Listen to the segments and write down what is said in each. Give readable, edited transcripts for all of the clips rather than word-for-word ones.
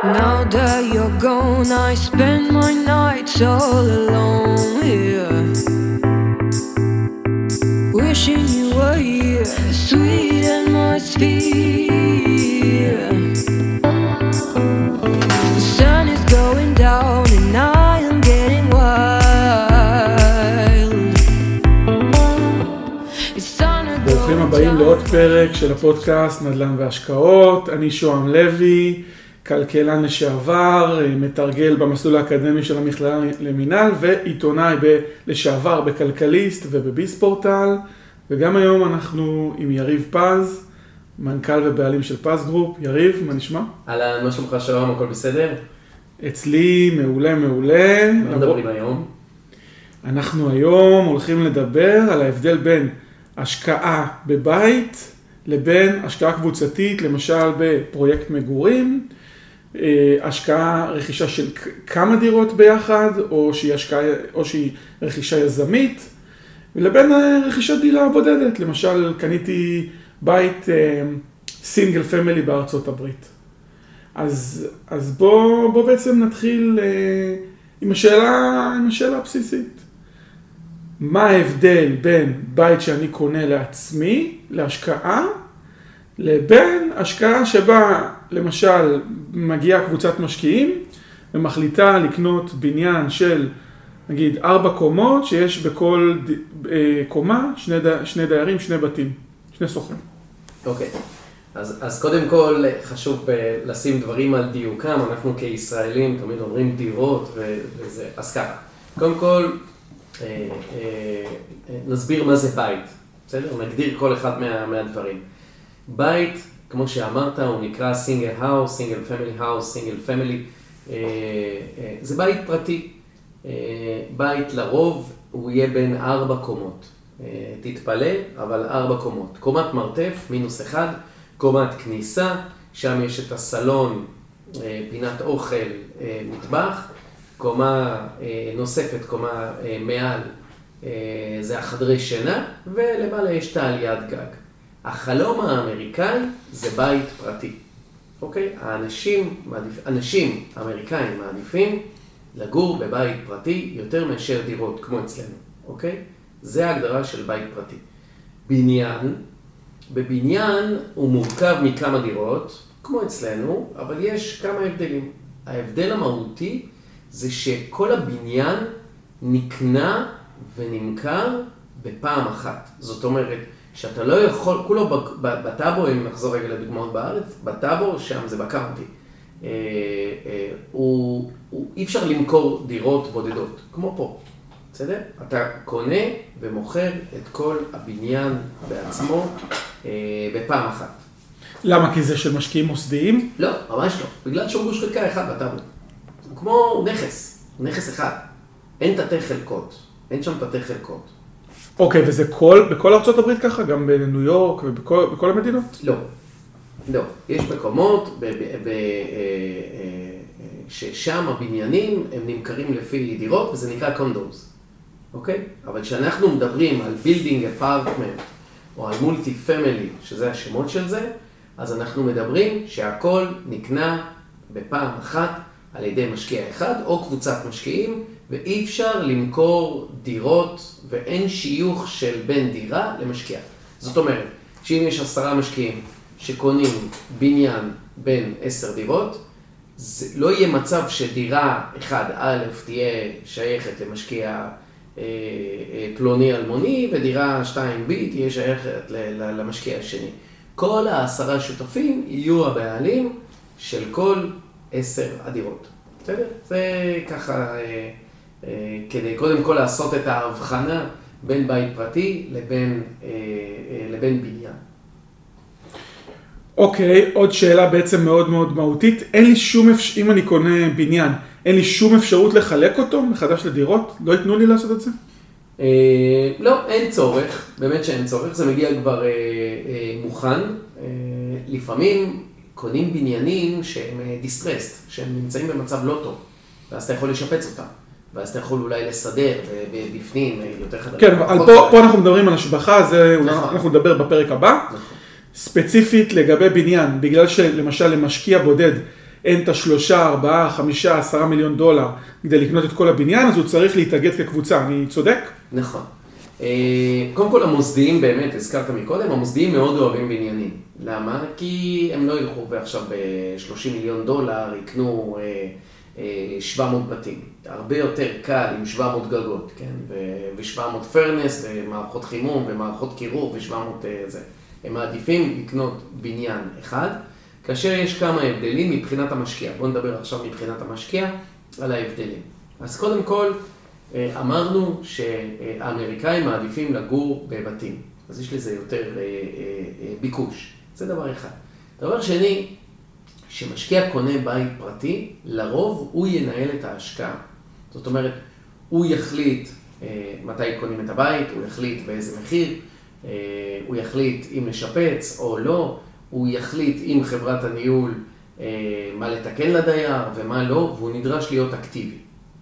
Now that you're gone, I spend my nights all alone here, wishing you were here, sweet atmosphere. The sun is going down and I am getting wild. It's on a ברוכים הבאים לעוד פרק של הפודקאסט נדל"ן והשקעות. אני שוהם לוי, כלכלן לשעבר, מתרגל במסלול האקדמי של המכללה למינהל ועיתונאי לשעבר בכלכליסט ובביזפורטל. וגם היום אנחנו עם יריב פז, מנכ"ל ובעלים של פז גרופ. יריב, מה נשמע? אהלן, מה שלומך שלום, הכל בסדר? אצלי מעולה מעולה. מה מדברים היום? אנחנו היום הולכים לדבר על ההבדל בין השקעה בבית לבין השקעה קבוצתית, למשל בפרויקט מגורים, השקעה, רכישה של כמה דירות ביחד, או שהיא רכישה יזמית, ולבין רכישת דירה בודדת, למשל קניתי בית סינגל פמילי בארצות הברית. אז בוא בעצם נתחיל עם השאלה הבסיסית. מה ההבדל בין בית שאני קונה לעצמי, להשקעה, לבין השקעה שבה למשל מגיעה קבוצת משקיעים ומחליטה לקנות בניין של נגיד 4 קומות שיש בכל קומה שני דיירים, 2 בתים, 2 שוכרים. אוקיי, אז קודם כל חשוב לשים דברים על דיוקם. אנחנו כישראלים תמיד אומרים דירות וזה, אז ככה. קודם כל נסביר מה זה בית, בסדר? נגדיר כל אחד מהדברים. בית, כמו שאמרת, הוא נקרא סינגל האוס, סינגל פמילי האוס, סינגל פמילי. זה בית פרטי. בית לרוב הוא יהיה בין 4 קומות. תתפלא, אבל 4 קומות. קומת מרתף, -1, קומת כניסה, שם יש את הסלון, פינת אוכל, מטבח. קומה נוספת, קומה מעל, זה החדרי שינה, ולמעלה יש תעליית גג. החלום האמריקאי זה בית פרטי. אוקיי? אנשים אמריקאים מעדיפים לגור בבית פרטי יותר מאשר דירות, כמו אצלנו. אוקיי? זה ההגדרה של בית פרטי. בבניין הוא מורכב מכמה דירות, כמו אצלנו, אבל יש כמה הבדלים. ההבדל המהותי זה שכל הבניין נקנה ונמכר בפעם אחת. זאת אומרת, שאתה לא יכול, כולו בטאבו, אם נחזור רגע לדוגמאות בארץ, בטאבו, שם זה בקאונטי, אי אפשר למכור דירות בודדות, כמו פה, בסדר? אתה קונה ומוכר את כל הבניין בעצמו בפעם אחת. למה? כי זה של משקיעים מוסדיים? לא, ממש לא. בגלל שהוא גוש חלקה אחד בטאבו. כמו נכס אחד. אין תתי חלקות. אין שם תתי חלקות. אוקיי, וזה בכל ארצות הברית ככה? גם בניו יורק ובכל המדינות? לא. לא. יש מקומות ששם הבניינים הם נמכרים לפי דירות, וזה נקרא קונדומס. אוקיי? אבל כשאנחנו מדברים על בילדינג אפרטמנט, או על מולטי פמילי, שזה השמות של זה, אז אנחנו מדברים שהכל נקנה בפעם אחת, על ידי משקיע אחד או קבוצת משקיעים, ואי אפשר למכור דירות ואין שיוך של בין דירה למשקיע. זאת אומרת, שאם יש 10 משקיעים שקונים בניין בין 10 דירות, זה לא יהיה מצב שדירה 1א' תהיה שייכת למשקיע פלוני אלמוני, ודירה 2B תהיה שייכת למשקיע השני. כל 10 שותפים יהיו הבעלים של כל 10 הדירות. בסדר? זה ככה, כדי קודם כל לעשות את ההבחנה בין בית פרטי לבין בניין. אוקיי, עוד שאלה בעצם מאוד מאוד מהותית. אין לי אם אני קונה בניין, אין לי שום אפשרות לחלק אותו מחדש לדירות? לא ייתנו לי לעשות את זה? לא, אין צורך. באמת שאין צורך. זה מגיע כבר מוכן. לפעמים קונים בניינים שהם דיסטרסט, שהם נמצאים במצב לא טוב, ואז אתה יכול לשפץ אותם, ואז אתה יכול אולי לסדר בפנים יותר חדרים. כן, אבל פה אנחנו מדברים על השבחה, זה אנחנו נדבר בפרק הבא. ספציפית לגבי בניין, בגלל שלמשל למשקיע בודד אין את ה3, 4, 5, 10 מיליון דולר כדי לקנות את כל הבניין, אז הוא צריך להתאגד כקבוצה. אני צודק? נכון. קודם כל המוסדיים באמת, הזכרת מקודם, המוסדיים מאוד אוהבים בניינים. למה? כי הם לא ילכו ועכשיו ב-30 מיליון דולר יקנו 700 בתים. הרבה יותר קל עם 700 גגות, כן? ו-700 פרנס, ומערכות חימום, ומערכות קירור, ו-700 זה. הם מעדיפים לקנות בניין אחד, כאשר יש כמה הבדלים מבחינת המשקיע. בואו נדבר עכשיו מבחינת המשקיע על ההבדלים. אז קודם כל, אמרנו שהאמריקאים מעדיפים לגור בבתים. אז יש לזה יותר ביקוש. זה דבר אחד. דבר שני, שמשקיע קונה בית פרטי, לרוב הוא ינהל את ההשקעה. זאת אומרת, הוא יחליט מתי קונים את הבית, הוא יחליט באיזה מחיר, הוא יחליט אם לשפץ או לא, הוא יחליט עם חברת הניהול מה לתקן לדייר ומה לא, והוא נדרש להיות אקטיבי.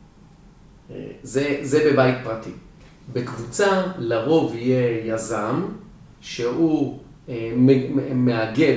זה בבית פרטי. בקבוצה לרוב יהיה יזם שהוא מאגד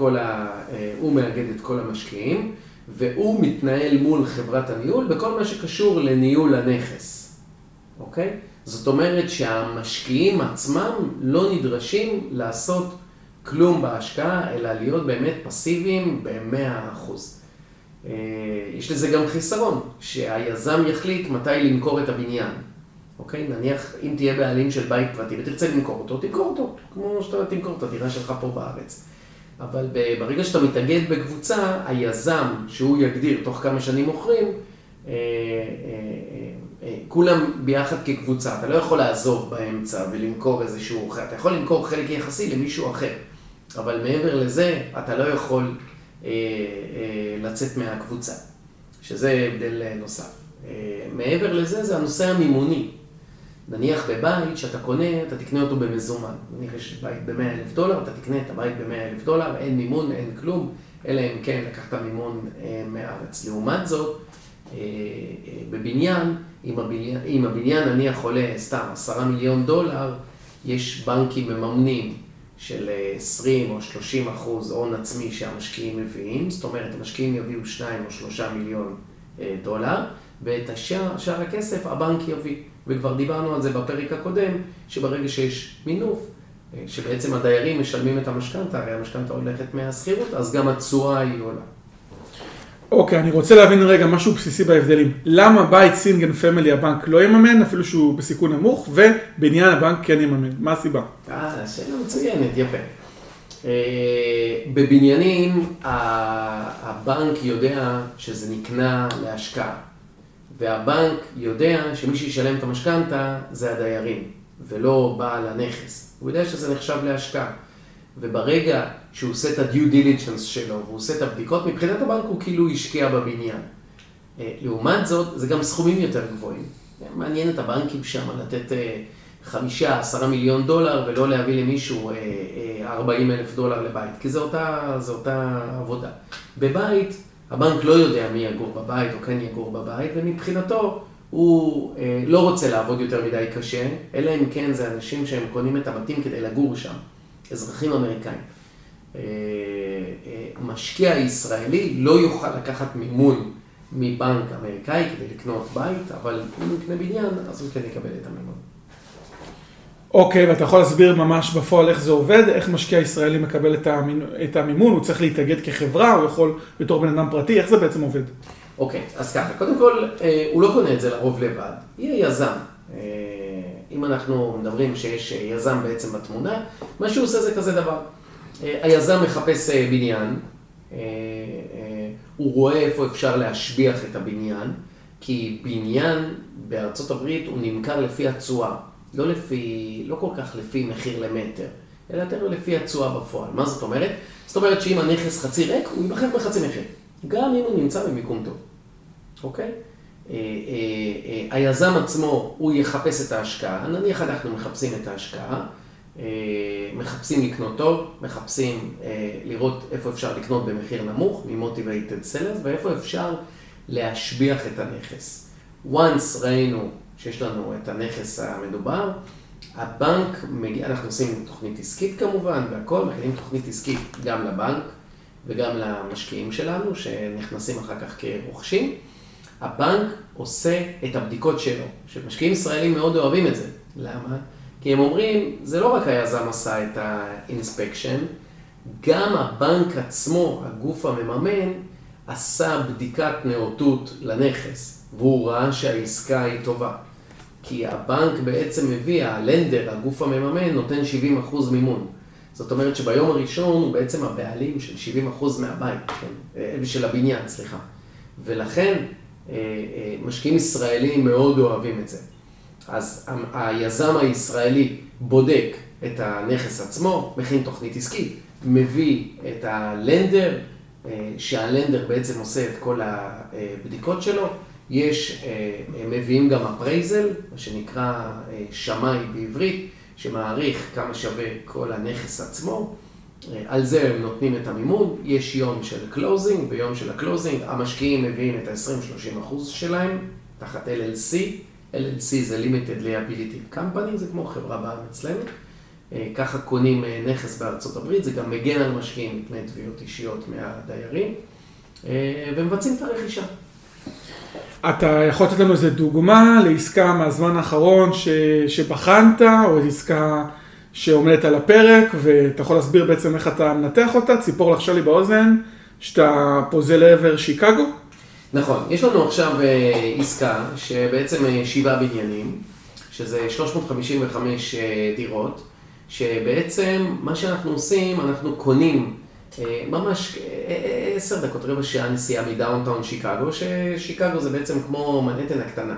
את כל המשקיעים, והוא מתנהל מול חברת הניהול בכל מה שקשור לניהול הנכס. אוקיי? זאת אומרת שהמשקיעים עצמם לא נדרשים לעשות כלום בהשקעה, אלא להיות באמת פסיביים ב100%. יש לזה גם חיסרון, שהיזם יחליט מתי למכור את הבניין. אוקיי? נניח, אם תהיה בעלים של בית פרטי ותרצה למכור אותו, תמכור אותו, כמו שאתה תמכור את הדירה שלך פה בארץ. אבל ברגע שאתה מתאגד בקבוצה, היזם שהוא יגדיר תוך כמה שנים מוכרים, כולם ביחד כקבוצה. אתה לא יכול לעזוב באמצע ולמכור איזשהו אחר. אתה יכול למכור חלק יחסי למישהו אחר. אבל מעבר לזה, אתה לא יכול לצאת מהקבוצה. שזה הבדל נוסף. מעבר לזה, זה הנושא המימוני. נניח בבית שאתה קונה, אתה תקנה אותו במזומן. נניח יש בית ב$100,000, אתה תקנה את הבית ב$100,000, אין מימון, אין כלום, אלא אם כן לקחת מימון מארץ. לעומת זאת, בבניין, אם הבניין נניח עולה סתם $10 מיליון, יש בנקים מממנים של 20 או 30% הון עצמי שהמשקיעים מביאים, זאת אומרת, המשקיעים יביאו 2 או 3 מיליון דולר, ואת שאר הכסף הבנק יביא. וכבר דיברנו על זה בפרק הקודם, שברגע שיש מינוף, שבעצם הדיירים משלמים את המשכנתה, הרי המשכנתה הולכת מהשכירות, אז גם התשואה היא עולה. אוקיי, אני רוצה להבין רגע משהו בסיסי בהבדלים. למה בית סינגל פמילי הבנק לא יממן, אפילו שהוא בסיכון נמוך, ובניין הבנק כן יממן? מה הסיבה? שאלה מצוינת, יפה. בבניינים הבנק יודע שזה נקנה להשקעה, והבנק יודע שמי שישלם את המשכנתה זה הדיירים, ולא בעל הנכס. הוא יודע שזה נחשב להשקעה. וברגע שהוא עושה את ה-due diligence שלו, והוא עושה את הבדיקות, מבחינת הבנק הוא כאילו השקיע בבניין. לעומת זאת, זה גם סכומים יותר גבוהים. מעניין את הבנקים שם לתת 5-10 מיליון דולר, ולא להביא למישהו $40,000 לבית, כי זה אותה עבודה. בבית, הבנק לא יודע מי יגור בבית או כן יגור בבית, ומבחינתו הוא לא רוצה לעבוד יותר מדי קשה, אלא אם כן זה אנשים שהם קונים את הבתים כדי לגור שם. אזרחים אמריקאים. משקיע ישראלי לא יוכל לקחת מימון מבנק אמריקאי כדי לקנות בית, אבל אם הוא יקנה בניין, אז הוא כן יקבל את המימון. אוקיי, ואתה יכול להסביר ממש בפועל איך זה עובד, איך משקיע ישראלי מקבל את המימון, הוא צריך להתאגד כחברה, הוא יכול בתור בן אדם פרטי, איך זה בעצם עובד? אוקיי, אז ככה, קודם כל, הוא לא קונה את זה לרוב לבד, יהיה יזם. אם אנחנו מדברים שיש יזם בעצם בתמונה, מה שהוא עושה זה כזה דבר. היזם מחפש בניין, הוא רואה איפה אפשר להשביח את הבניין, כי בניין בארצות הברית הוא נמכר לפי התשואה, לא כל כך לפי מחיר למטר, אלא יותר לפי התשואה בפועל. מה זאת אומרת? זאת אומרת שאם הנכס חצי ריק, הוא ימכר בחצי מחיר, גם אם הוא נמצא במיקום טוב. אוקיי? היזם עצמו, הוא יחפש את ההשקעה, נניח אנחנו מחפשים את ההשקעה, מחפשים לקנות טוב, מחפשים לראות איפה אפשר לקנות במחיר נמוך, מ-motivated sellers, ואיפה אפשר להשביח את הנכס. once ראינו שיש לנו את הנכס המדובר, הבנק מגיע, אנחנו עושים תוכנית עסקית כמובן, והכל, מכינים תוכנית עסקית גם לבנק, וגם למשקיעים שלנו, שנכנסים אחר כך כרוכשים. הבנק עושה את הבדיקות שלו, שמשקיעים ישראלים מאוד אוהבים את זה. למה? כי הם אומרים, זה לא רק היזם עשה את האינספקשן, גם הבנק עצמו, הגוף המממן, עשה בדיקת נאותות לנכס, והוא ראה שהעסקה היא טובה. כי הבנק בעצם מביא, הלנדר, הגוף המממן, נותן 70% מימון. זאת אומרת שביום הראשון הוא בעצם הבעלים של 70% מהבית, כן? של הבניין, סליחה. ולכן משקיעים ישראלים מאוד אוהבים את זה. אז היזם הישראלי בודק את הנכס עצמו, מכין תוכנית עסקית, מביא את הלנדר, שהלנדר בעצם עושה את כל הבדיקות שלו. מביאים גם אפרייזל, מה שנקרא שמאי בעברית, שמעריך כמה שווה כל הנכס עצמו. על זה הם נותנים את המימון. יש יום של קלוזינג, ביום של הקלוזינג המשקיעים מביאים את ה-20-30% שלהם, תחת LLC. LLC זה Limited Liability Company, זה כמו חברה בעם אצלנו. ככה קונים נכס בארצות הברית, זה גם מגן על משקיעים מפני תביעות אישיות מהדיירים, ומבצעים את הרכישה. אתה יכול לתת לנו איזו דוגמה לעסקה מהזמן האחרון שבחנת, או עסקה שעומדת על הפרק, ואתה יכול להסביר בעצם איך אתה מנתח אותה, ציפור לחשה לי באוזן, שאתה פוזל לעבר שיקגו? נכון, יש לנו עכשיו עסקה שבעצם 7 בניינים, שזה 355 דירות, שבעצם מה שאנחנו עושים, אנחנו קונים ממש 10 דקות, רבע שעה נסיעה מדאונטאון שיקגו, ששיקגו זה בעצם כמו מנהטן הקטנה.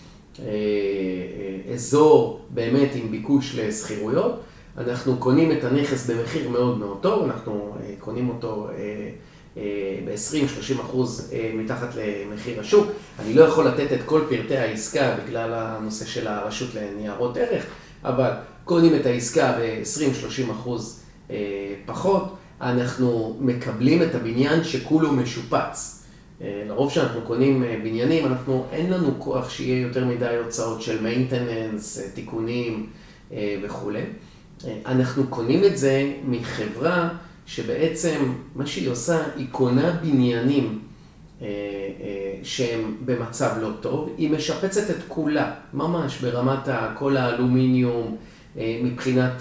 אזור באמת עם ביקוש לסחירויות, אנחנו קונים את הנכס במחיר מאוד מאוד טוב, אנחנו קונים אותו ב-20-30% מתחת למחיר השוק. אני לא יכול לתת את כל פרטי העסקה בגלל הנושא של הרשות לניירות ערך, אבל קונים את העסקה ב-20-30% פחות, אנחנו מקבלים את הבניין שכולו משופץ. לרוב שאנחנו קונים בניינים, אין לנו כוח שיהיה יותר מדי הוצאות של maintenance, תיקונים וכו'. אנחנו קונים את זה מחברה שבעצם מה שהיא עושה, היא קונה בניינים שהם במצב לא טוב, היא משפצת את כולה, ממש ברמת כל האלומיניום, מבחינת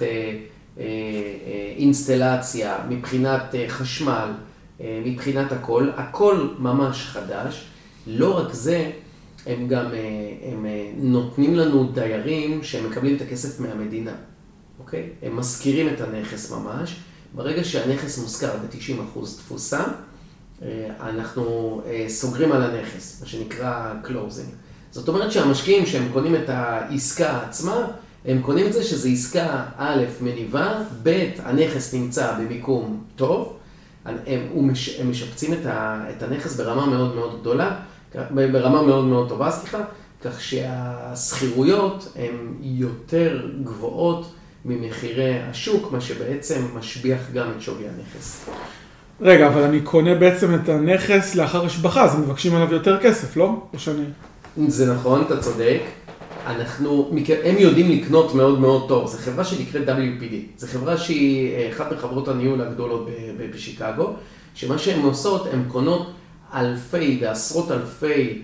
אינסטלציה, מבחינת חשמל, מבחינת הכל ממש חדש. לא רק זה, הם גם נותנים לנו דיירים שהם מקבלים את הכסף מהמדינה, אוקיי? הם מזכירים את הנכס ממש. ברגע שהנכס מושכר ב-90% תפוסה, אנחנו סוגרים על הנכס, מה שנקרא closing. זאת אומרת שהמשקיעים שהם קונים את העסקה עצמה, הם קונים את זה שזה עסקה א' מניבה, ב' הנכס נמצא במיקום טוב, הם משפצים את הנכס ברמה מאוד מאוד גדולה, ברמה מאוד מאוד טובה, סליחה, כך שהסחירויות הן יותר גבוהות ממחירי השוק, מה שבעצם משביח גם את שווי הנכס. רגע, אבל אני קונה בעצם את הנכס לאחר השבחה, אז הם מבקשים עליו יותר כסף, לא? או שאני... זה נכון, אתה צודק. הם יודעים לקנות מאוד מאוד טוב. זו חברה שנקראת WPD. זו חברה שהיא אחת מחברות הניהול הגדולות בשיקגו, שמה שהן עושות, הן קונות אלפי ועשרות אלפי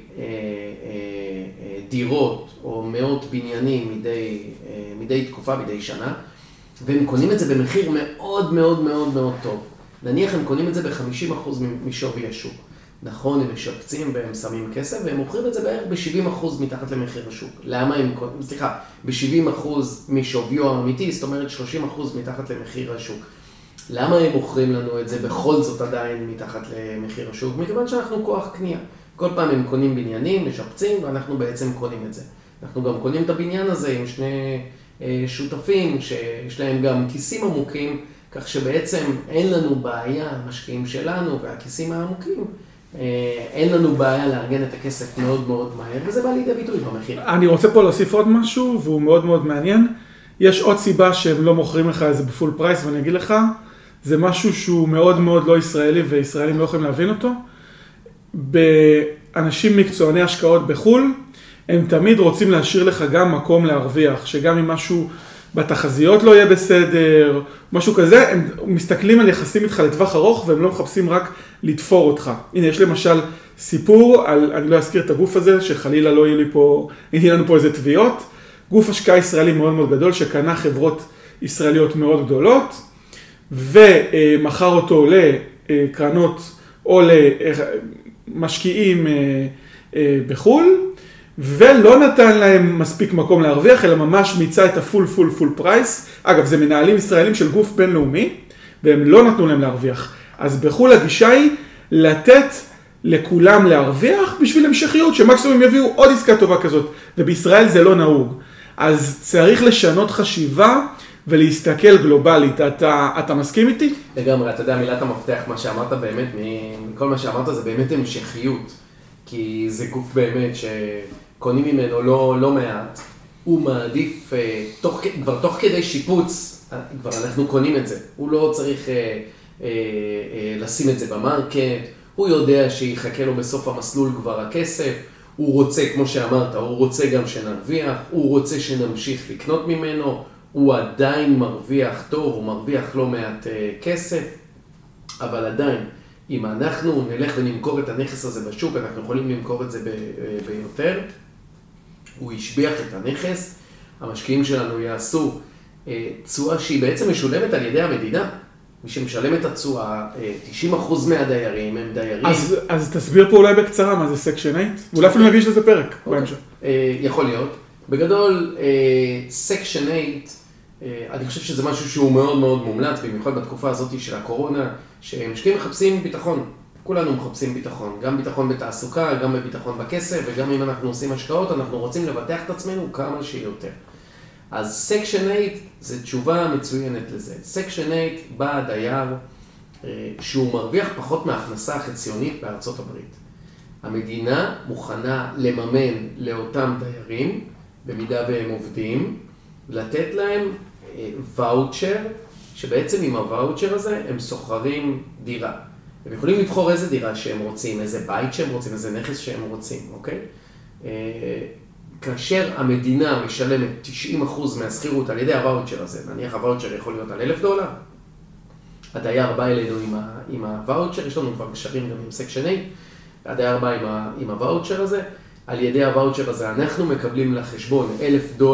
דירות או מאות בניינים מדי תקופה, מדי שנה, והם קונים את זה במחיר מאוד מאוד מאוד מאוד טוב. נניח הם קונים את זה ב-50% משווי השוק. נכון, הם משפצים והם שמים כסף, והם מוכרים את זה בערך ב-70% מתחת למחיר השוק. למה הם קונים? סליחה, ב-70% משוויו האמיתי, זאת אומרת 30% מתחת למחיר השוק. למה הם מוכרים לנו את זה בכל זאת עדיין מתחת למחיר השוק? מכיוון שאנחנו כוח קנייה. כל פעם הם קונים בניינים, משפצים, ואנחנו בעצם קונים את זה. אנחנו גם קונים את הבניין הזה עם שני שותפים, שיש להם גם כיסים עמוקים, כך שבעצם אין לנו בעיה, המשקיעים שלנו והכיסים העמוקים, אין לנו בעיה לארגן את הכסף מאוד מאוד מהר, וזה בא לידי ביטוי במחיר. אני רוצה פה להוסיף עוד משהו, והוא מאוד מאוד מעניין. יש עוד סיבה שהם לא מוכרים לך את זה בפול פרייס, ואני אגיד לך, זה משהו שהוא מאוד מאוד לא ישראלי, וישראלים לא יכולים להבין אותו. באנשים מקצועני השקעות בחול, הם תמיד רוצים להשאיר לך גם מקום להרוויח, שגם אם משהו בתחזיות לא יהיה בסדר, משהו כזה, הם מסתכלים על יחסים איתך לטווח ארוך, והם לא מחפשים רק לתפור אותך. הנה, יש למשל סיפור על, אני לא אזכיר את הגוף הזה, שחלילה לא יהיה לנו פה איזה תביעות, גוף השקעה ישראלי מאוד מאוד גדול, שקנה חברות ישראליות מאוד גדולות, ומכר אותו לקרנות או למשקיעים בחול, ולא נתן להם מספיק מקום להרוויח, אלא ממש מיצה את הפול פרייס. אגב, זה מנהלים ישראלים של גוף בינלאומי, והם לא נתנו להם להרוויח. אז בחול הגישה היא לתת לכולם להרוויח בשביל המשכיות, שמקסימום יביאו עוד עסקה טובה כזאת, ובישראל זה לא נהוג. אז צריך לשנות חשיבה ולהסתכל גלובלית. אתה מסכים איתי? לגמרי, אתה יודע, מילת המפתח, מה שאמרת באמת, מכל מה שאמרת זה באמת המשכיות. כי זה גוף באמת שקונים ממנו לא מעט. הוא מעדיף, כבר תוך כדי שיפוץ, כבר אנחנו קונים את זה. הוא לא צריך לשים את זה במרקט, הוא יודע שיחכה לו בסוף המסלול כבר הכסף, הוא רוצה, כמו שאמרת, הוא רוצה גם שנרוויח, הוא רוצה שנמשיך לקנות ממנו, הוא עדיין מרוויח טוב, הוא מרוויח לא מעט כסף, אבל עדיין, אם אנחנו נלך ונמכור את הנכס הזה בשוק, אנחנו יכולים למכור את זה ביותר, הוא ישביח את הנכס, המשקיעים שלנו יעשו תשואה שהיא בעצם משולמת על ידי המדינה, מי שמשלם את התשואה, 90% מהדיירים הם דיירים. אז תסביר פה אולי בקצרה מה זה סקשן 8, ואולי אפילו נגיש לזה פרק בהמשך. יכול להיות. בגדול, סקשן 8, אני חושב שזה משהו שהוא מאוד מאוד מומלץ, במיוחד בתקופה הזאת של הקורונה, שמשקיעים מחפשים ביטחון. כולנו מחפשים ביטחון, גם ביטחון בתעסוקה, גם בביטחון בכסף, וגם אם אנחנו עושים השקעות, אנחנו רוצים לבטח את עצמנו כמה שיותר. אז סקשן 8 זה תשובה מצוינת לזה. סקשן 8 בא הדייר שהוא מרוויח פחות מההכנסה החציונית בארצות הברית. המדינה מוכנה לממן לאותם דיירים, במידה והם עובדים, לתת להם ואוצ'ר, שבעצם עם הוואוצ'ר הזה הם סוחרים דירה. הם יכולים לבחור איזה דירה שהם רוצים, איזה בית שהם רוצים, איזה נכס שהם רוצים, אוקיי? כאשר המדינה משלמת 90% מהשכירות על ידי הוואוצ'ר הזה, נניח הוואוצ'ר יכול להיות על $1,000, הדייר בא אלינו עם הוואוצ'ר, יש לנו כבר קשרים גם עם סקשן 8, הדייר בא עם הוואוצ'ר הזה, על ידי הוואוצ'ר הזה אנחנו מקבלים לחשבון $1,000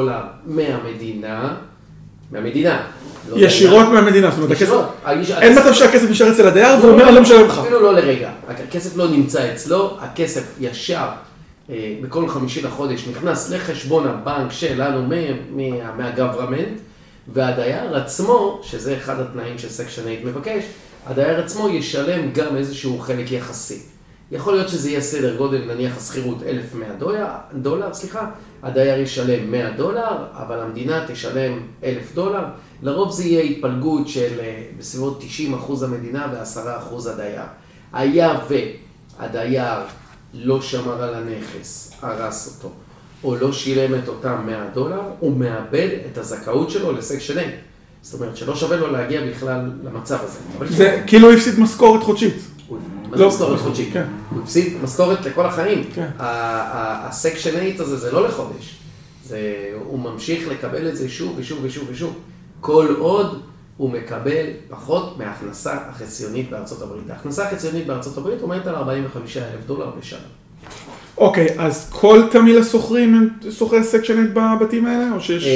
מהמדינה. ישירות מהמדינה, זאת אומרת, אין מצב שהכסף נשאר אצל הדייר, והוא אומר, אני לא משלם לך. אפילו לא לרגע, הכסף לא נמצא אצלו, הכסף ישר בכל 5 לחודש נכנס לחשבון הבנק שלנו מהגוורמנט, והדייר עצמו, שזה אחד התנאים שסקשן 8 מבקש, הדייר עצמו ישלם גם איזשהו חלק יחסי. יכול להיות שזה יהיה סדר גודל, נניח השכירות $1,100, הדייר ישלם $100, אבל המדינה תשלם $1,000, לרוב זה יהיה התפלגות של בסביבות 90% המדינה ו10% הדייר. היה והדייר לא שמר על הנכס, הרס אותו, או לא שילם את אותם $100, הוא מאבד את הזכאות שלו לסקשן 8. זאת אומרת שלא שווה לו להגיע בכלל למצב הזה. זה כאילו הפסיד משכורת חודשית. מה זה משכורת חודשית? הוא הפסיד משכורת לכל החיים. הסקשן 8 הזה זה לא לחודש. הוא ממשיך לקבל את זה שוב ושוב ושוב ושוב. כל עוד הוא מקבל פחות מההכנסה החציונית בארצות הברית. ההכנסה החציונית בארצות הברית עומדת על $45,000 בשנה. אוקיי, אז כל תמיל הסוחרים הם סוחרי סקשן 8 בבתים האלה, או שיש?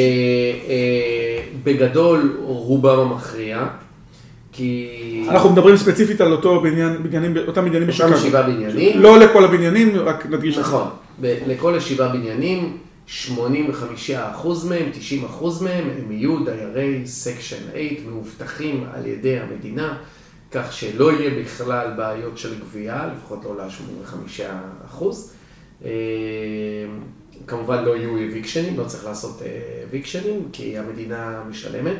בגדול רובם המכריע, כי... אנחנו מדברים ספציפית על אותם בניינים בשיקגו. 7 בניינים. לא לכל הבניינים, רק נדגיש. נכון, לכל 7 בניינים, 85% מהם, 90% מהם, הם יהיו דיירי סקשן 8, מאובטחים על ידי המדינה, כך שלא יהיה בכלל בעיות של גבייה, לפחות לא ל-85%. כמובן לא יהיו אביקשנים, לא צריך לעשות אביקשנים, כי המדינה משלמת.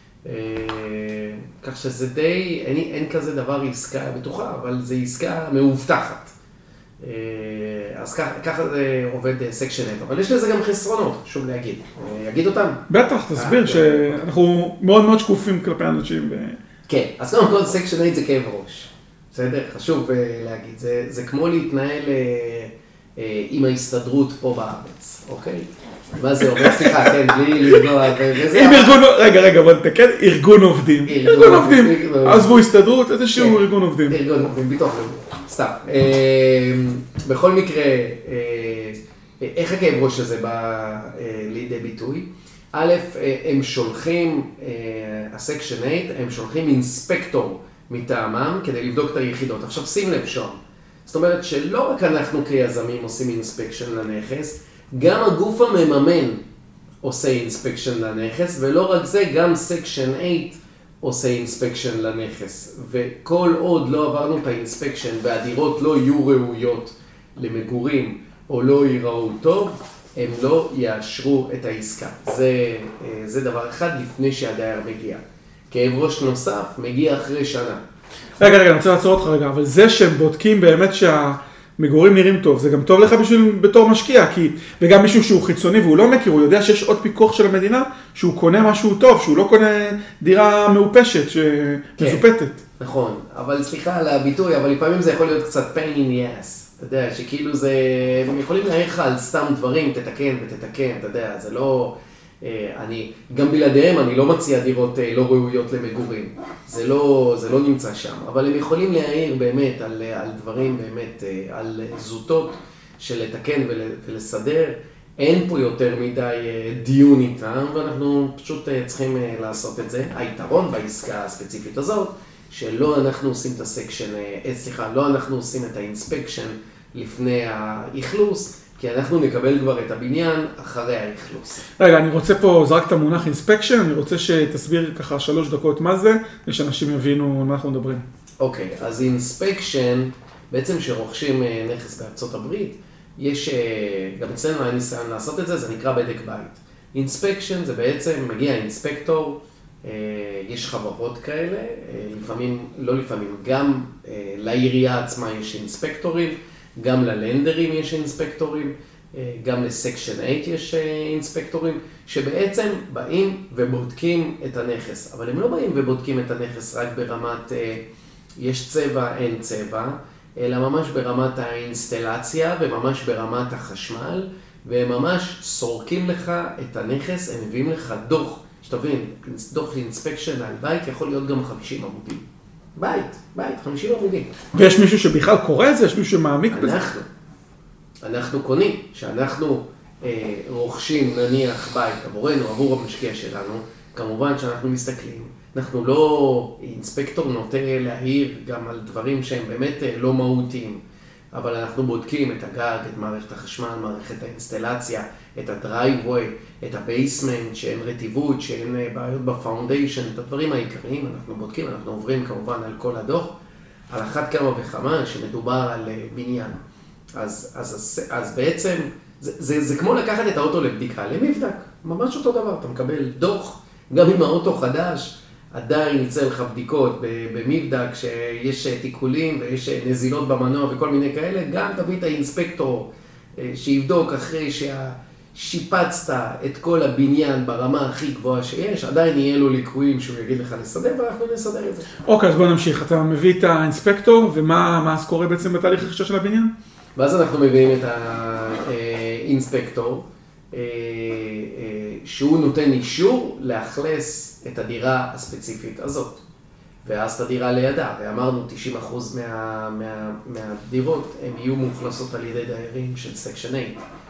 כך שזה די, אין כזה דבר עסקה בטוחה, אבל זה עסקה מאובטחת. אז ככה זה עובד סקשן 8, אבל יש לזה גם חסרונות, שוב להגיד. יגיד אותם? בטח, תסביר שאנחנו מאוד מאוד שקופים כלפי אנשים. כן, אז קודם כל סקשן 8 זה כאב ראש. בסדר? חשוב להגיד. זה כמו להתנהל עם ההסתדרות פה בארץ, אוקיי? מה זה אומר? סליחה, כן, בלי לפגוע וזה. עם ארגון, רגע, בוא נתקן, ארגון עובדים. ארגון עובדים. עזבו הסתדרות, איזשהו ארגון עובדים. ארגון עובדים, ביטוח לאומי. סתם. בכל מקרה, איך הכאב ראש הזה בא לידי ביטוי? א', הם שולחים, הסקשן 8, הם שולחים אינספקטור מטעמם כדי לבדוק את היחידות. עכשיו שים לב שם. זאת אומרת שלא רק אנחנו כיזמים עושים אינספקשן לנכס, גם הגוף המממן עושה אינספקשן לנכס, ולא רק זה, גם סקשן 8 עושה אינספקשן לנכס. וכל עוד לא עברנו את האינספקשן והדירות לא יהיו ראויות למגורים או לא ייראו טוב, הם לא יאשרו את העסקה. זה דבר אחד לפני שהדייר מגיע. כאב ראש נוסף מגיע אחרי שנה. רגע, אני רוצה לעצור אותך רגע, אבל זה שהם בודקים באמת שהמגורים נראים טוב, זה גם טוב לך בתור משקיע, וגם מישהו שהוא חיצוני והוא לא מכיר, הוא יודע שיש עוד פיקוח של המדינה, שהוא קונה משהו טוב, שהוא לא קונה דירה מאופשת, שמזופתת. נכון, אבל סליחה על הביטוי, אבל לפעמים זה יכול להיות קצת pain in the ass. אתה יודע, שכאילו זה, הם יכולים להעיר לך על סתם דברים, תתקן ותתקן, אתה יודע, זה לא, גם בלעדיהם אני לא מציע דירות לא ראויות למגורים, זה לא נמצא שם, אבל הם יכולים להעיר באמת על דברים באמת, על זוטות של לתקן ולסדר, אין פה יותר מדי דיון איתם, ואנחנו פשוט צריכים לעשות את זה. היתרון בעסקה הספציפית הזאת, שלא אנחנו עושים את הסקשן, לא אנחנו עושים את האינספקשן לפני האכלוס, כי אנחנו נקבל כבר את הבניין אחרי האכלוס. רגע, אני רוצה פה, זרק את המונח אינספקשן, אני רוצה שתסביר ככה 3 דקות מה זה, ושאנשים יבינו על מה אנחנו מדברים. אוקיי, אז אינספקשן, בעצם שרוכשים נכס בארצות הברית, יש, גם אצלנו היה ניסיון לעשות את זה, זה נקרא בדק בית. אינספקשן זה בעצם, מגיע אינספקטור, יש חברות כאלה, לפעמים, לא לפעמים, גם לעירייה עצמה יש אינספקטורים, גם ללנדרים יש אינספקטורים, גם לסקשן 8 יש אינספקטורים, שבעצם באים ובודקים את הנכס. אבל הם לא באים ובודקים את הנכס רק ברמת יש צבע, אין צבע, אלא ממש ברמת האינסטלציה וממש ברמת החשמל, והם ממש סורקים לך את הנכס, הם מביאים לך דוח, שתבין, דוח אינספקשן על בית יכול להיות גם 50 עמודים. בית, 50 עמודים. ויש מישהו שבכלל קורא את זה? יש מישהו שמעמיק בזה? אנחנו קונים, שאנחנו רוכשים נניח בית עבורנו, עבור המשקיע שלנו, כמובן שאנחנו מסתכלים, אנחנו לא, אינספקטור נוטה להעיר גם על דברים שהם באמת לא מהותיים, אבל אנחנו בודקים את הגג, את מערכת החשמל, מערכת האינסטלציה, את הדרייבווי, את הבייסמנט, שאין רטיבות, שאין בעיות בפאונדיישן, את הדברים העיקריים אנחנו בודקים, אנחנו עוברים כמובן על כל הדוח, על אחת כמה וכמה שמדובר על בניין. אז בעצם זה כמו לקחת את האוטו לבדיקה, למבדק, ממש אותו דבר, אתה מקבל דוח, גם אם האוטו חדש, עדיין יצא לך בדיקות במבדק שיש תיקולים ויש נזילות במנוע וכל מיני כאלה, גם תביא את האינספקטור שיבדוק אחרי ששיפצת את כל הבניין ברמה הכי גבוהה שיש, עדיין יהיה לו ליקויים שהוא יגיד לך לסדר ואנחנו נסדר את זה. אוקיי, אז בוא נמשיך. אתה מביא את האינספקטור ומה אז קורה בעצם בתהליך הרכישה של הבניין? ואז אנחנו מביאים את האינספקטור, שהוא נותן אישור לאכלס את הדירה הספציפית הזאת. ואז את הדירה לידה, ואמרנו 90% מהדירות הן יהיו מאוכלסות על ידי דיירים של סקשן 8.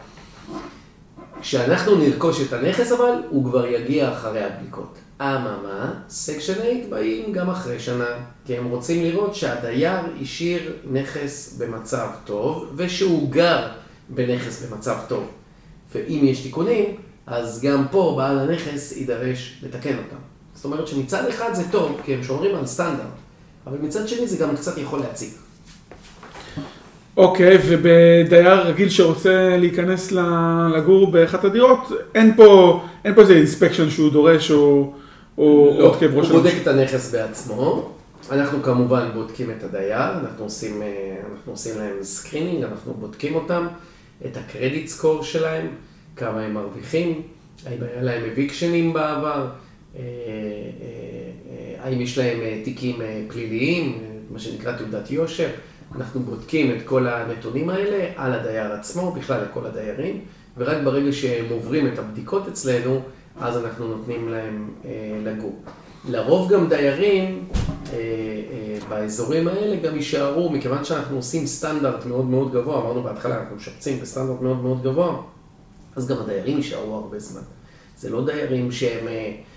כשאנחנו נרכוש את הנכס אבל, הוא כבר יגיע אחרי הבדיקות. אממה, סקשן 8 באים גם אחרי שנה, כי הם רוצים לראות שהדייר השאיר נכס במצב טוב, ושהוא גר בנכס במצב טוב. ואם יש תיקונים, אז גם פה בעל הנכס יידרש לתקן אותם. זאת אומרת שמצד אחד זה טוב, כי הם שומרים על סטנדרט, אבל מצד שני זה גם קצת יכול להציג. אוקיי, ובדייר רגיל שרוצה להיכנס לגור באחת הדירות, אין פה איזה אינספקשן שהוא דורש או עוד כאב ראש. הוא בודק את הנכס בעצמו. אנחנו כמובן בודקים את הדייר, אנחנו עושים להם סקרינינג, אנחנו בודקים אותם, את הקרדיט סקור שלהם, כמה הם מרוויחים, האם היה להם אביקשנים בעבר, האם יש להם תיקים פליליים, מה שנקרא תעודת יושר. אנחנו בודקים את כל הנתונים האלה על הדייר עצמו, בכלל לכל הדיירים, ורק ברגע שהם עוברים את הבדיקות אצלנו, אז אנחנו נותנים להם לגור. לרוב גם דיירים באזורים האלה גם יישארו, מכיוון שאנחנו עושים סטנדרט מאוד מאוד גבוה, אמרנו בהתחלה, אנחנו משפצים בסטנדרט מאוד מאוד גבוה, אז גם הדיירים יישארו הרבה זמן. זה לא דיירים שהם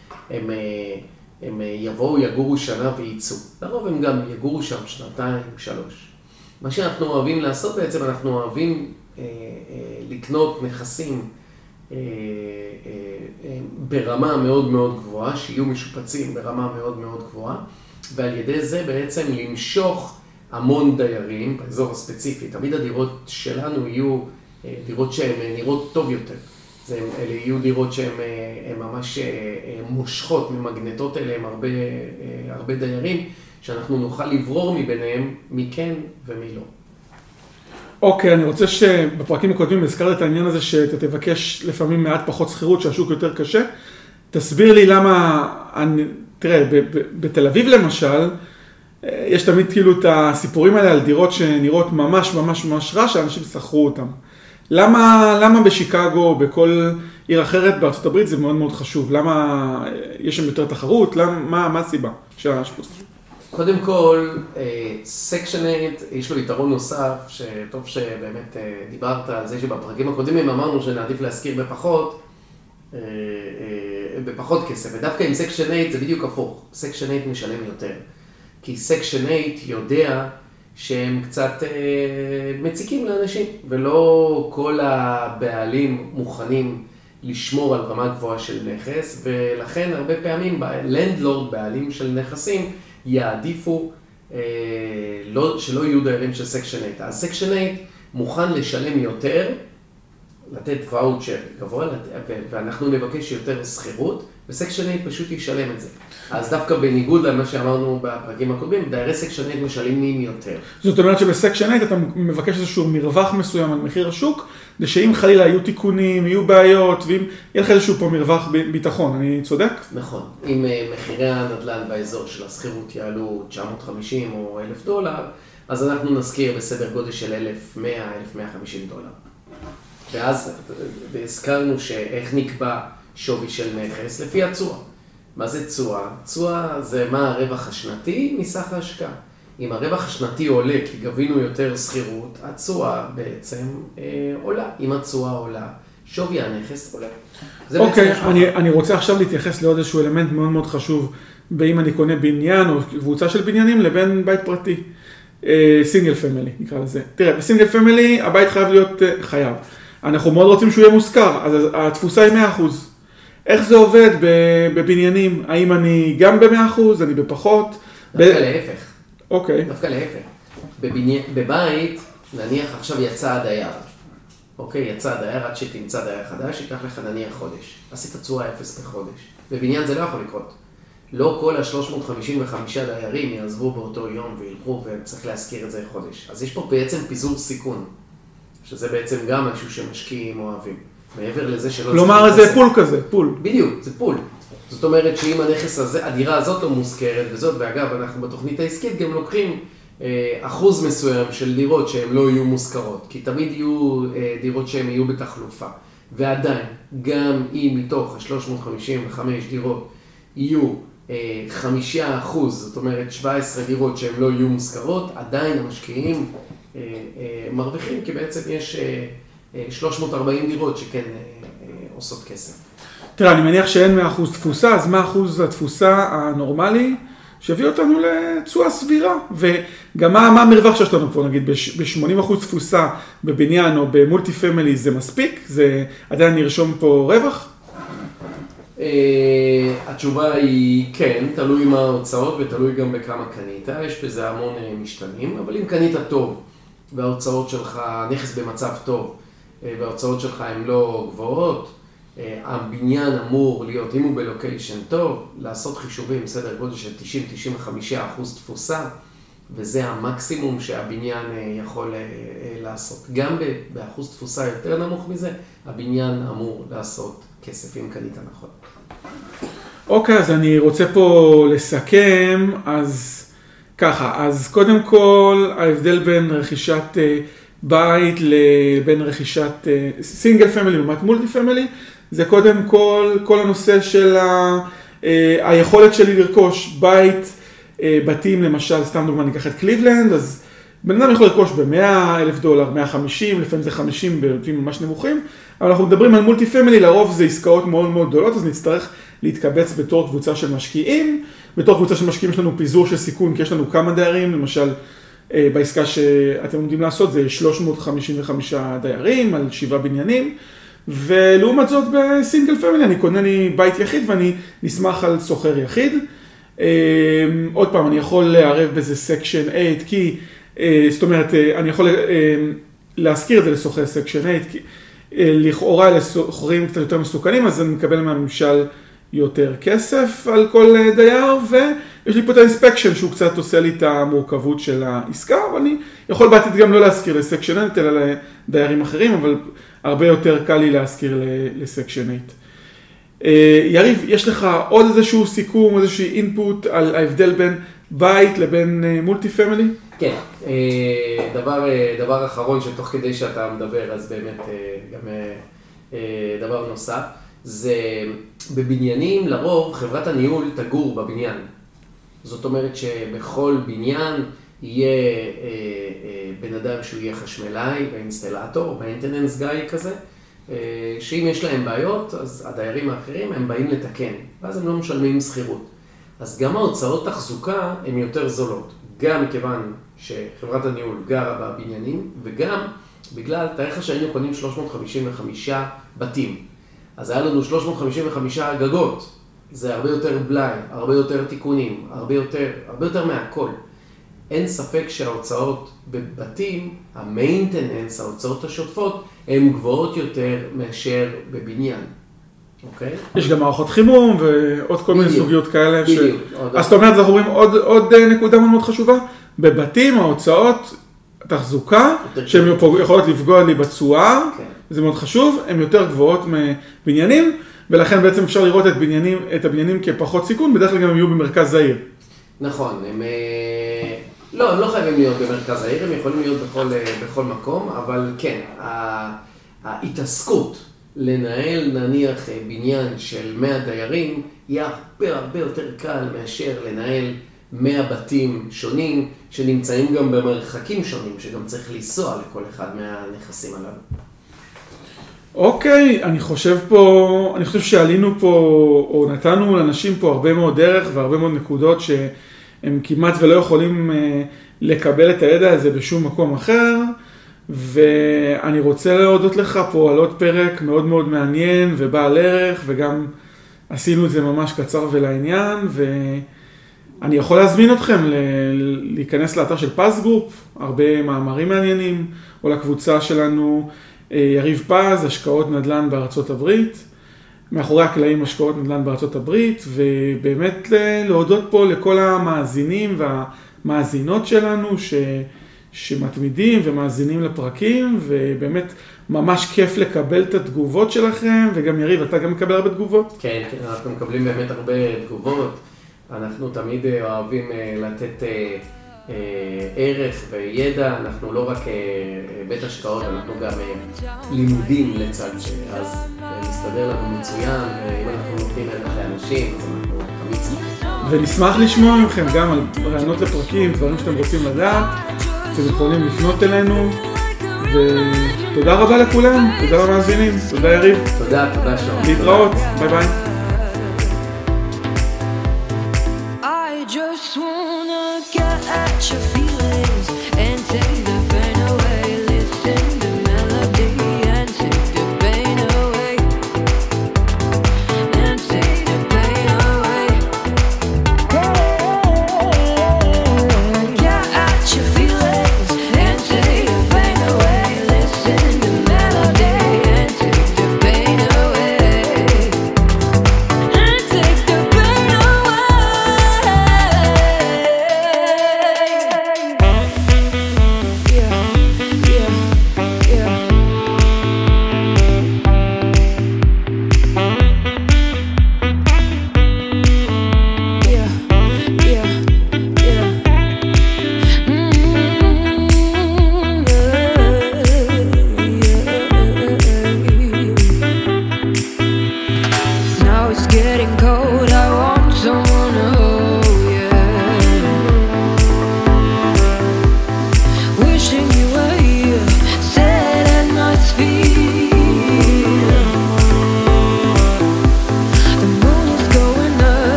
יבואו, יגורו שנה וייצאו. לרוב הם גם יגורו שם 2-3. מה שאנחנו אוהבים לעשות בעצם, אנחנו אוהבים לקנות נכסים ברמה מאוד מאוד גבוהה, שיהיו משופצים ברמה מאוד מאוד גבוהה, ועל ידי זה בעצם למשוך המון דיירים באזור הספציפי. תמיד הדירות שלנו יהיו דירות שהן נראות טוב יותר. אלה יהיו דירות שהן ממש מושכות, ממגנטות אליהם הרבה דיירים, שאנחנו נוכל לברור מביניהם מי כן ומי לא. אוקיי, אני רוצה שבפרקים הקודמים הזכרת את העניין הזה שאתה תבקש לפעמים מעט פחות שכירות, שהשוק יותר קשה. תסביר לי למה, תראה, בתל אביב למשל, יש תמיד כאילו את הסיפורים האלה על דירות שנראות ממש ממש ממש רע, שאנשים שכרו אותם. למה בשיקגו, בכל עיר אחרת בארצות הברית זה מאוד מאוד חשוב? למה יש שם יותר תחרות? מה הסיבה שהשיפוץ חשוב? קודם כל, סקשן 8 יש לו יתרון נוסף, שטוב שבאמת דיברת על זה שבפרקים הקודמים אמרנו שנעדיף להזכיר בפחות כסף, ודווקא עם סקשן 8 זה בדיוק הפוך, סקשן 8 משלם יותר, כי סקשן 8 יודע שהם קצת מציקים לאנשים, ולא כל הבעלים מוכנים לשמור על רמה גבוהה של נכס, ולכן הרבה פעמים לנדלורד, בעלים של נכסים, יעדיפו שלא יהיו דיירים של סקשן 8. אז סקשן 8 מוכן לשלם יותר, לתת ואוצ'ר גבוה, ואנחנו נבקש יותר שכירות, וסקשן 8 פשוט ישלם את זה. אז דווקא בניגוד למה שאמרנו בפרקים הקודמים, דיירי סקשן 8 משלמים יותר. זאת אומרת שבסקשן 8 אתה מבקש איזשהו מרווח מסוים על מחיר השוק, ושאם חלילה יהיו תיקונים, יהיו בעיות, ואם יהיה לך איזשהו פה מרווח ביטחון, אני צודק? נכון. אם מחירי הנדל"ן באזור של השכירות יעלו 950 או $1,000, אז אנחנו נזכיר בסדר גודל של $1,100, $1,150. ואז הזכרנו שאיך נקבע שווי של נכס לפי התשואה. מה זה תשואה? תשואה זה מה הרווח השנתי מסך ההשקעה. אם הרווח השנתי עולה כי גבינו יותר שכירות, התשואה בעצם עולה. אם התשואה עולה, שווי הנכס עולה. אוקיי, אני רוצה עכשיו להתייחס לעוד איזשהו אלמנט מאוד מאוד חשוב, באם אני קונה בניין או קבוצה של בניינים לבין בית פרטי. סינגל פמילי, נקרא לזה. תראה, בסינגל פמילי הבית חייב להיות חייב. אנחנו מאוד רוצים שהוא יהיה מושכר, אז התפוסה היא 100%. איך זה עובד בבניינים? האם אני גם ב-100%, אני בפחות? דווקא להפך. אוקיי. דווקא להפך. בבית, נניח עכשיו יצא הדייר. אוקיי, יצא הדייר, עד שתמצא דייר חדש, ייקח לך נניח חודש. עשית תשואה 0 בחודש. בבניין זה לא יכול לקרות. לא כל ה-355 דיירים יעזבו באותו יום וילכו וצריך להזכיר את זה חודש. אז יש פה בעצם פיזור סיכון, שזה בעצם גם משהו שמשקיעים אוהבים. מעבר לזה שלא... כלומר, זה פול כזה, פול. בדיוק, זה פול. זאת אומרת שאם הנכס הזה, הדירה הזאת לא מוזכרת וזאת, ואגב, אנחנו בתוכנית העסקית גם לוקחים אחוז מסוים של דירות שהן לא יהיו מוזכרות, כי תמיד יהיו דירות שהן יהיו בתחלופה. ועדיין, גם אם מתוך ה-355 דירות יהיו 5%, זאת אומרת 17 דירות שהן לא יהיו מוזכרות, עדיין המשקיעים מרוויחים, כי בעצם יש 340 דירות שכן עושות כסף. תראה, אני מניח שאין 100% תפוסה, אז 100% התפוסה הנורמלי שהביא אותנו לתשואה סבירה. וגם מה המרווח שיש לנו פה, נגיד, ב-80% תפוסה בבניין או במולטי פמילי זה מספיק? זה עדיין נרשום פה רווח? התשובה היא כן, תלוי מה ההוצאות ותלוי גם בכמה קנית. יש בזה המון משתנים, אבל אם קנית טוב וההוצאות שלך, נכס במצב טוב, וההוצאות שלך הן לא גבוהות, הבניין אמור להיות, אם הוא בלוקיישן טוב, לעשות חישובים סדר גודל של 90-95% תפוסה, וזה המקסימום שהבניין יכול לעשות. גם באחוז תפוסה יותר נמוך מזה, הבניין אמור לעשות כסף אם קנית נכון. אוקיי, אז אני רוצה פה לסכם, אז ככה, אז קודם כל ההבדל בין רכישת בית לבין רכישת סינגל פמילי לעומת מולטי פמילי, זה קודם כל הנושא של היכולת שלי לרכוש בית, בתים, למשל, סתם דוגמה, ניקח את קליבלנד, אז בן אדם יכול לרכוש $100,000, 150, לפעמים זה 50 בתים ממש נמוכים, אבל אנחנו מדברים על מולטי פמילי, לרוב זה עסקאות מאוד מאוד גדולות, אז נצטרך להתקבץ בתור קבוצה של משקיעים. בתור קבוצה של משקיעים יש לנו פיזור של סיכון, כי יש לנו כמה דיירים, למשל בעסקה שאתם עומדים לעשות זה 355 דיירים על 7 בניינים, ולעומת זאת בסינגל פמילי אני קונה לי בית יחיד ואני נסמך על סוחר יחיד. עוד פעם, אני יכול לערב בזה סקשן 8, כי זאת אומרת, אני יכול להזכיר את זה לסוחר סקשן 8, כי לכאורה אלה סוחרים קצת יותר מסוכנים, אז אני מקבל מהממשל יותר כסף על כל דייר, ויש לי פה את האינספקשן שהוא קצת עושה לי את המורכבות של העסקה, אבל אני יכול בעתיד גם לא להזכיר לסקשן 8, אלא לדיירים אחרים, אבל הרבה יותר קל לי להזכיר לסקשן 8. יריב, יש לך עוד איזשהו סיכום, איזשהו אינפוט על ההבדל בין בית לבין מולטי פמילי? כן, דבר אחרון שתוך כדי שאתה מדבר, אז באמת גם דבר נוסף, זה בבניינים לרוב חברת הניהול תגור בבניין. זאת אומרת שבכל בניין יהיה בן אדם שהוא יהיה חשמלאי ואינסטלטור, maintenance guy כזה, שאם יש להם בעיות, אז הדיירים האחרים הם באים לתקן, ואז הם לא משלמים שכירות. אז גם ההוצאות תחזוקה הן יותר זולות, גם מכיוון שחברת הניהול גרה בבניינים, וגם בגלל תאריך שהיינו קונים 355 בתים. אז היה לנו 355 גגות, זה הרבה יותר בלאי, הרבה יותר תיקונים, הרבה יותר מהכל. אין ספק שההוצאות בבתים, המיינטננס, ההוצאות השוטפות, הן גבוהות יותר מאשר בבניין. אוקיי? יש גם מערכות חימום ועוד כל מיני סוגיות כאלה. בדיוק. אז זאת אומרת, אנחנו רואים עוד נקודה מאוד חשובה. בבתים ההוצאות תחזוקה, שהן יכולות לפגוע לי בתשואה, זה מאוד חשוב, הן יותר גבוהות מבניינים, ולכן בעצם אפשר לראות את הבניינים כפחות סיכון, בדרך כלל גם הם יהיו במרכז העיר. נכון, הם לא חייבים להיות במרכז העיר, הם יכולים להיות בכל מקום, אבל כן, ההתעסקות לנהל נניח בניין של 100 דיירים, יהיה הרבה יותר קל מאשר לנהל 100 בתים שונים, שנמצאים גם במרחקים שונים, שגם צריך לנסוע לכל אחד מהנכסים הללו. אוקיי, אני חושב שעלינו פה, או נתנו לאנשים פה הרבה מאוד דרך והרבה מאוד נקודות שהם כמעט ולא יכולים לקבל את הידע הזה בשום מקום אחר, ואני רוצה להודות לך פה על עוד פרק מאוד מאוד מעניין ובעל ערך, וגם עשינו את זה ממש קצר ולעניין, ואני יכול להזמין אתכם להיכנס לאתר של פז גרופ, הרבה מאמרים מעניינים, או לקבוצה שלנו, יריב פז, השקעות נדל"ן בארצות הברית, מאחורי הקלעים השקעות נדל"ן בארצות הברית, ובאמת להודות פה לכל המאזינים והמאזינות שלנו שמתמידים ומאזינים לפרקים, ובאמת ממש כיף לקבל את התגובות שלכם, וגם יריב, אתה גם מקבל הרבה תגובות? כן, אנחנו מקבלים באמת הרבה תגובות, אנחנו תמיד אוהבים לתת ערך וידע, אנחנו לא רק בית השקעות, אנחנו גם לימודים לצד אז מסתדר לנו מצוין, ואם אנחנו נותנים ערך לאנשים, אז אנחנו תמיד שמחים. ונשמח לשמוע מכם גם על רעיונות לפרקים, דברים שאתם רוצים לדעת, אתם יכולים לפנות אלינו, ותודה רבה לכולם, תודה למאזינים, תודה יריב. תודה שום. להתראות, ביי ביי.